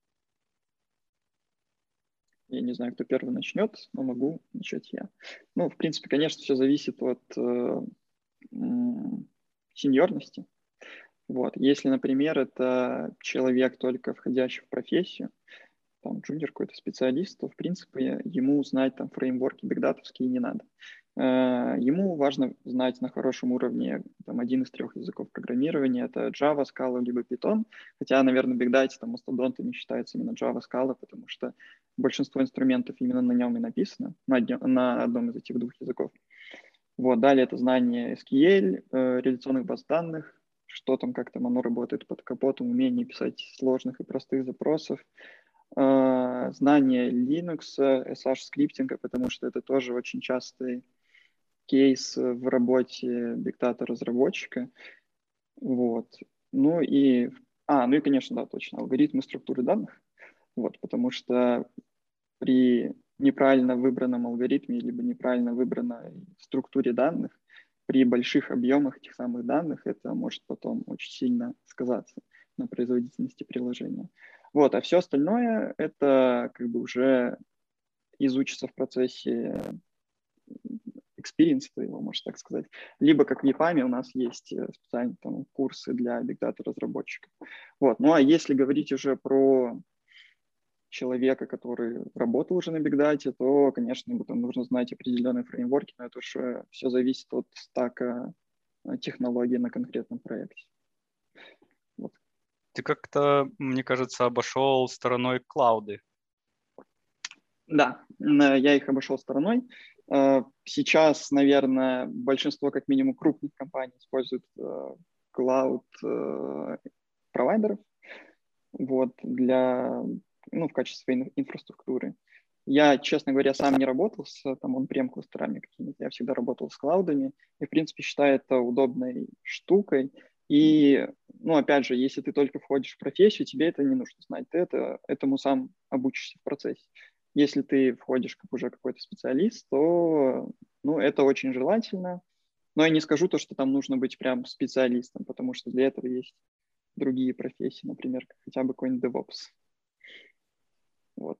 Я не знаю, кто первый начнет, но могу начать я. Ну, в принципе, конечно, все зависит от э, сеньорности. Вот. Если, например, это человек, только входящий в профессию, там джуниор какой-то специалист, то, в принципе, ему знать там фреймворки бигдатовские не надо. Ему важно знать на хорошем уровне там, один из трех языков программирования. Это Java, Scala, либо Python. Хотя, наверное, в бигдате там мастодонтами считается именно Java, Scala, потому что большинство инструментов именно на нем и написано, на, на одном из этих двух языков. Вот. Далее это знание эс кью эль, э, реляционных баз данных, что там, как там оно работает под капотом, умение писать сложных и простых запросов, э, знание Linux, эс эйч скриптинга, потому что это тоже очень частый кейс в работе бигдата-разработчика. Вот. Ну и, а, ну и, конечно, да, точно, алгоритмы структуры данных. Вот, потому что при неправильно выбранном алгоритме либо неправильно выбранной структуре данных, при больших объемах этих самых данных, это может потом очень сильно сказаться на производительности приложения. Вот, а все остальное это как бы уже изучится в процессе experience твоего, можно так сказать. Либо, как в ЕПАМе, у нас есть специальные там, курсы для бигдата-разработчиков. Вот. Ну, а если говорить уже про человека, который работал уже на бигдате, то, конечно, там нужно знать определенные фреймворки, но это уже все зависит от стака технологий на конкретном проекте. Вот. Ты как-то, мне кажется, обошел стороной клауды. Да, я их обошел стороной. Сейчас, наверное, большинство, как минимум, крупных компаний используют клауд-провайдеров вот, для, ну, в качестве ин- инфраструктуры. Я, честно говоря, сам не работал с там, он-прем кластерами какими-то, я всегда работал с клаудами, и, в принципе, считаю это удобной штукой. И, ну, опять же, если ты только входишь в профессию, тебе это не нужно знать, ты это, этому сам обучишься в процессе. Если ты входишь как уже какой-то специалист, то, ну, это очень желательно. Но я не скажу то, что там нужно быть прям специалистом, потому что для этого есть другие профессии, например, как хотя бы какой-нибудь DevOps. Вот.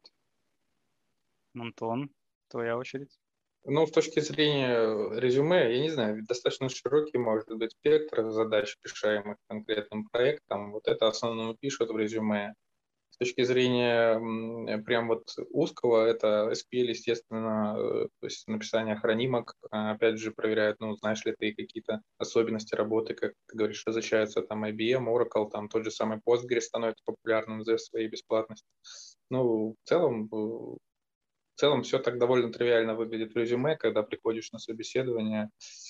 Антон, твоя очередь. Ну, с точки зрения резюме, я не знаю, достаточно широкий может быть спектр задач, решаемых конкретным проектом. Вот это основном пишут в резюме. С точки зрения прям вот узкого, это эс кью эль, естественно, то есть написание хранимок, опять же, проверяют, ну, знаешь ли ты какие-то особенности работы, как ты говоришь, различаются там ай би эм, Oracle, там тот же самый Postgres становится популярным из-за своей бесплатности. Ну, в целом, в целом все так довольно тривиально выглядит в резюме, когда приходишь на собеседование,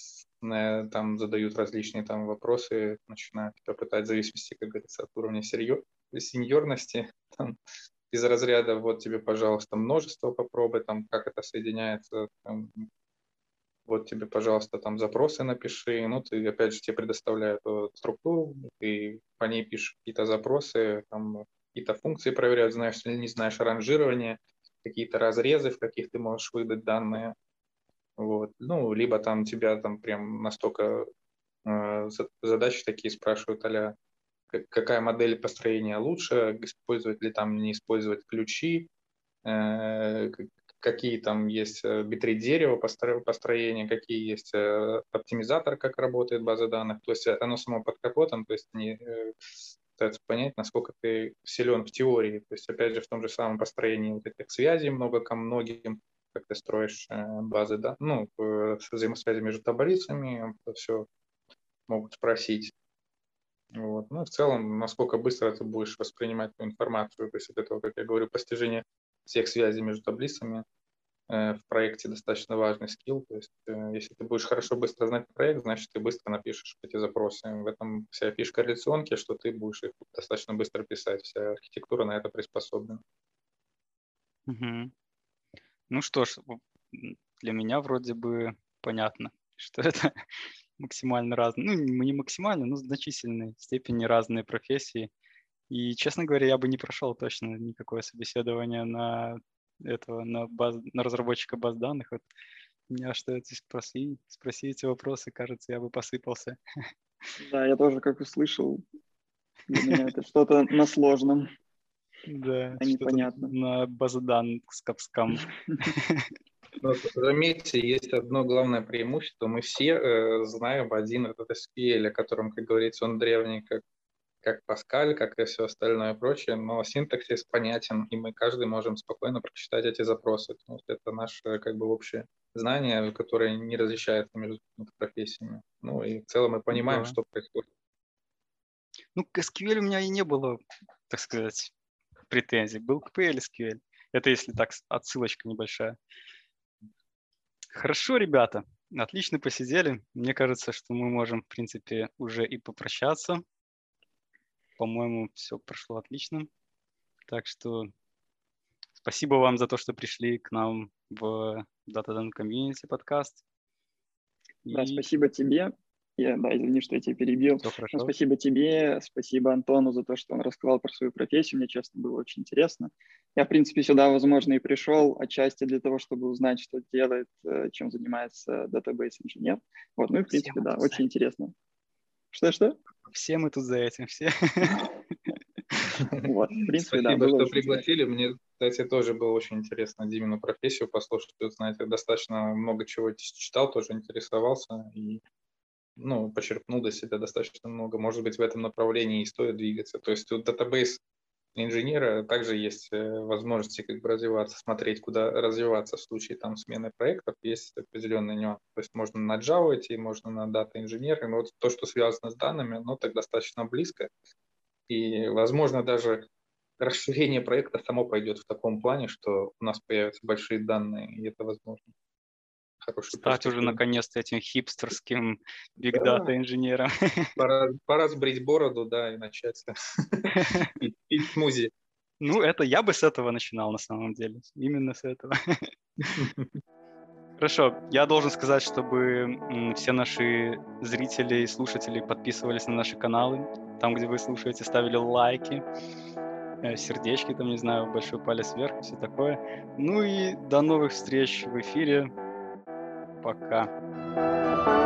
там задают различные там вопросы, начинают тебя пытать в зависимости, как говорится, от уровня серьез... сеньорности, там, из разряда вот тебе, пожалуйста, множество попробуй, там, как это соединяется, там, вот тебе, пожалуйста, там запросы напиши, ну, ты, опять же, тебе предоставляют структуру, ты по ней пишешь какие-то запросы, там, какие-то функции проверяют, знаешь или не знаешь ранжирование, какие-то разрезы, в каких ты можешь выдать данные, вот, ну, либо там тебя там прям настолько э, задачи такие спрашивают, а-ля, какая модель построения лучше, использовать ли там, не использовать ключи, э, какие там есть битрейт дерева построения, какие есть оптимизатор, как работает база данных, то есть оно само под капотом, то есть не пытаются понять, насколько ты силен в теории, то есть опять же в том же самом построении вот этих связей много ко многим, как ты строишь базы данных, ну, взаимосвязи между таблицами, это все могут спросить. Вот. Ну, в целом, насколько быстро ты будешь воспринимать эту информацию, то есть от этого, как я говорю, постижение всех связей между таблицами э, в проекте достаточно важный скилл, то есть э, если ты будешь хорошо быстро знать проект, значит, ты быстро напишешь эти запросы. В этом вся фишка реляционки, что ты будешь их достаточно быстро писать, вся архитектура на это приспособлена. Угу. Ну что ж, для меня вроде бы понятно, что это максимально разные, ну не максимально, но в значительной степени разные профессии. И, честно говоря, я бы не прошел точно никакое собеседование на этого, на, баз, на разработчика баз данных. Вот меня что это спроси, спроси эти вопросы, кажется, я бы посыпался. Да, я тоже как услышал, для меня это что-то на сложном, да, а непонятно. На базе данных скапском. Но, заметьте, есть одно главное преимущество. Мы все э, знаем один этот эс кью эль, о котором, как говорится, он древний, как, как Паскаль, как и все остальное прочее, но синтаксис понятен, и мы каждый можем спокойно прочитать эти запросы. То есть это наше как бы общее знание, которое не различается между профессиями. Ну и в целом мы понимаем, Да. что происходит. Ну, к эс кью эль у меня и не было, так сказать, претензий. Был к пи эл эс кью эль. Это если так, отсылочка небольшая. Хорошо, ребята. Отлично посидели. Мне кажется, что мы можем, в принципе, уже и попрощаться. По-моему, все прошло отлично. Так что спасибо вам за то, что пришли к нам в Datadan Community подкаст. Да, И спасибо тебе. Я, да, извини, что я тебя перебил. все Но хорошо. спасибо тебе, спасибо Антону за то, что он рассказал про свою профессию. Мне, честно, было очень интересно. Я, в принципе, сюда, возможно, и пришел отчасти для того, чтобы узнать, что делает, э, чем занимается датабейс-инженер. Вот, ну и, в Все принципе, мы да, тут за очень интересно. Что-что? Все мы тут за этим, все. Вот, в принципе, да, Спасибо, было что очень интересно. пригласили. Мне, кстати, тоже было очень интересно Димину профессию послушать. Тут, знаете, достаточно много чего читал, тоже интересовался и ну, почерпнул для себя достаточно много. Может быть, в этом направлении и стоит двигаться. То есть у датабейс инженера также есть э, возможности как бы развиваться, смотреть, куда развиваться в случае там смены проектов. Есть определенный нюанс. То есть можно на Java идти, можно на Data инженера. Но вот то, что связано с данными, оно так достаточно близко. И, возможно, даже расширение проекта само пойдет в таком плане, что у нас появятся большие данные, и это возможно. Хорошая Стать уже перспектива. наконец-то этим хипстерским Да, биг-дата инженером. пора, пора сбрить бороду, да, и начать пить, пить смузи. Ну, это я бы с этого начинал на самом деле. Именно с этого. Хорошо, я должен сказать, чтобы м, все наши зрители и слушатели подписывались на наши каналы, там, где вы слушаете, ставили лайки, э, сердечки, там, не знаю, большой палец вверх, все такое. Ну и до новых встреч в эфире. Пока.